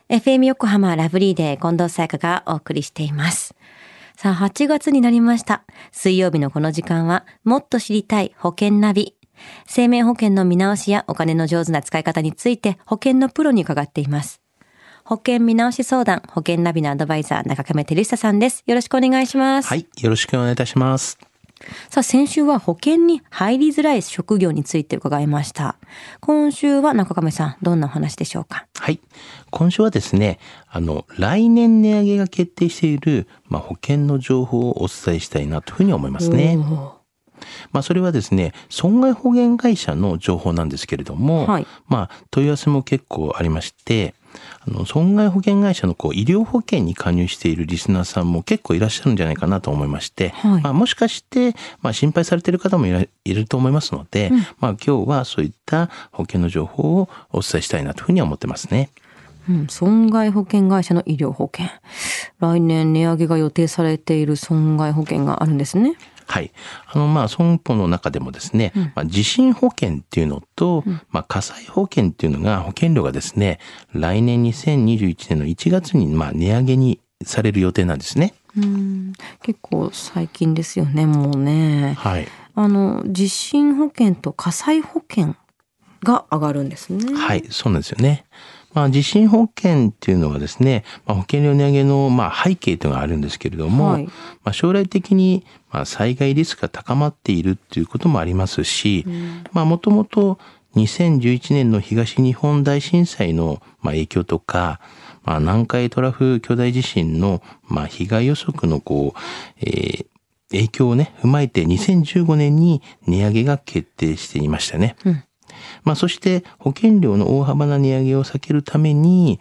FM 横浜ラブリーデー近藤沙耶香がお送りしています。さあ、8月になりました。水曜日のこの時間はもっと知りたい保険ナビ。生命保険の見直しやお金の上手な使い方について保険のプロに伺っています。保険見直し相談、保険ナビのアドバイザー、中亀照久さんです。よろしくお願いします。 はい、よろしくお願いいたします。 さあ、先週は保険に入りづらい職業について伺いました。今週は中亀さん、どんなお話でしょうか？ はい、今週はですね、来年値上げが決定している、保険の情報をお伝えしたいなというふうに思いますね。それはですね、損害保険会社の情報なんですけれども、 はい、 問い合わせも結構ありまして、損害保険会社の医療保険に加入しているリスナーさんも結構いらっしゃるんじゃないかなと思いまして、 はい、 もしかして、心配されている方もいると思いますので、今日はそういった保険の情報をお伝えしたいなというふうに思ってますね。 損害保険会社の医療保険。来年値上げが予定されている損害保険があるんですね。 はい。損保の中でもですね、地震保険っていうのと、火災保険っていうのが保険料がですね、来年2021年の1月に値上げにされる予定なんですね。 結構最近ですよね、もうね。 はい。 地震保険と火災保険が上がるんですね。 はい、そうなんですよね。地震保険っていうのはですね、保険料値上げの背景というのがあるんですけれども、将来的に災害リスクが高まっているっていうこともありますし、もともと2011年の東日本大震災の影響とか、南海トラフ巨大地震の被害予測の影響をね踏まえて2015年に値上げが決定していましたね。そして保険料の大幅な値上げを避けるために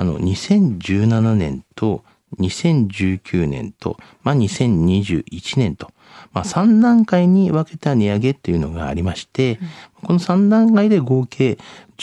2017年と2019年と、2021年と、3段階に分けた値上げっていうのがありまして、この3段階で合計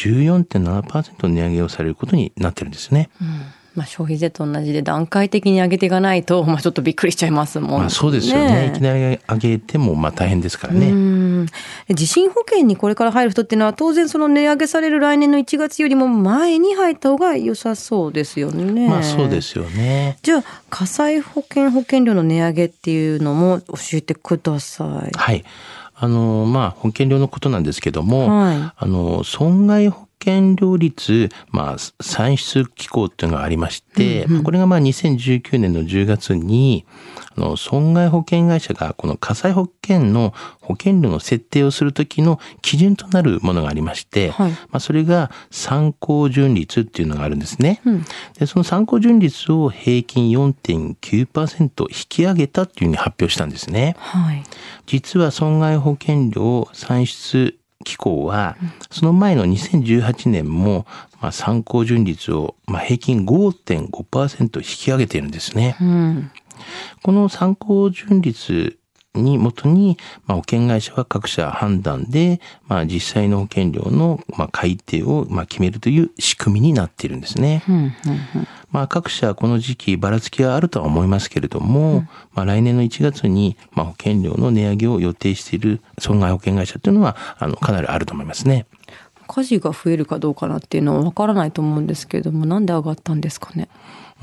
14.7% 値上げをされることになってるんですね。 消費税と同じで段階的に上げていかないと、ちょっとびっくりしちゃいますもんね。 そうですよね。いきなり上げても大変ですからね。 地震保険にこれから入る人っていうのは当然その値上げされる来年の1月よりも前に入った方が良さそうですよね。 そうですよね。 じゃあ火災保険料の値上げっていうのも教えてください。 はい。保険料のことなんですけども、損害保険料率、算出機構っていうのがありまして、これが2019年の10月に、損害保険会社がこの火災保険の保険料の設定をするときの基準となるものがありまして、それが参考純率っていうのがあるんですね。で、その参考純率を平均 4.9% 引き上げたっていうふうに発表したんですね。実は損害保険料算出機構は、その前の2018年も、参考純率を、平均 5.5% 引き上げているんですね。この参考純率に基に、保険会社は各社判断で、実際の保険料の、改定を、決めるという仕組みになっているんですね。各社この時期ばらつきはあるとは思いますけれども、来年の1月に、保険料の値上げを予定している損害保険会社というのはかなりあると思いますね。 火事が増えるかどうかなっていうのは分からないと思うんですけれども、なんで上がったんですかね。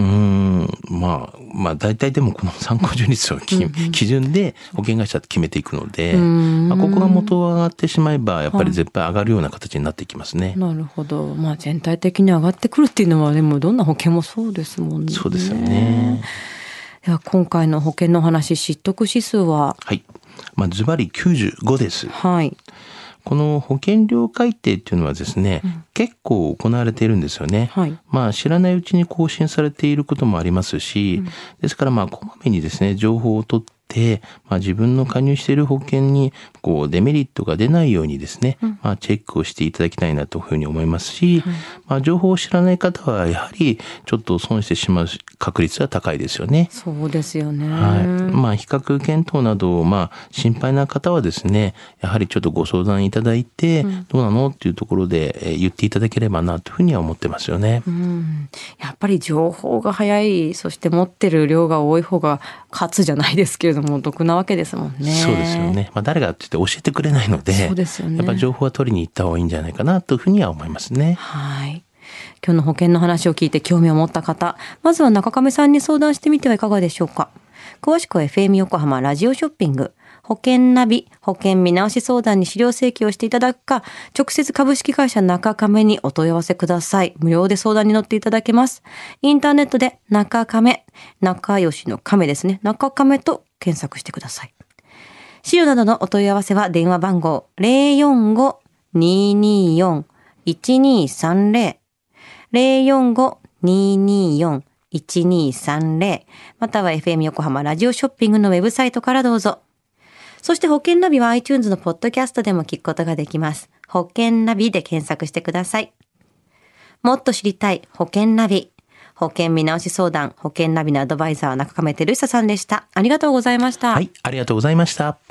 大体でもこの参考純率を基準で保険会社って決めていくので、ここが元が上がってしまえばやっぱり絶対上がるような形になってきますね。 なるほど。全体的に上がってくるっていうのはでもどんな保険もそうですもんね。 そうですよね。 では今回の保険の話、知得指数は？ はい。ズバリ95です。 はい。 この保険料改定っていうのはですね、結構行われているんですよね。知らないうちに更新されていることもありますし、ですからこまめにですね、情報を取って、自分の加入している保険にデメリットが出ないようにですね、チェックをしていただきたいなというふうに思いますし、情報を知らない方はやはりちょっと損してしまう確率は高いですよね。 そうですよね。 比較検討など心配な方はですね、やはりちょっとご相談いただいて、どうなのっていうところで言っていただければなというふうには思ってますよね。 やっぱり情報が早い、そして持ってる量が多い方が勝つじゃないですけれども、お得なわけですもんね。 そうですよね。誰がって言って教えてくれないので、 そうですよね。 やっぱり情報は取りに行った方がいいんじゃないかなというふうには思いますね。 はい。 今日の保険の話を聞いて興味を持った方、まずは中亀さんに相談してみてはいかがでしょうか。詳しくは FM 横浜ラジオショッピング保険ナビ保険見直し相談に資料請求をしていただくか、直接株式会社中亀にお問い合わせください。無料で相談に乗っていただけます。インターネットで中亀、仲良しの亀ですね、中亀と検索してください。資料などのお問い合わせは電話番号 045-224-1230 045-224-1230 または FM 横浜ラジオショッピングのウェブサイトからどうぞ。そして保険ナビは iTunes のポッドキャストでも聞くことができます。保険ナビで検索してください。もっと知りたい保険ナビ。保険見直し相談、保険ナビのアドバイザー中亀照久さんでした。ありがとうございました。 はい、ありがとうございました。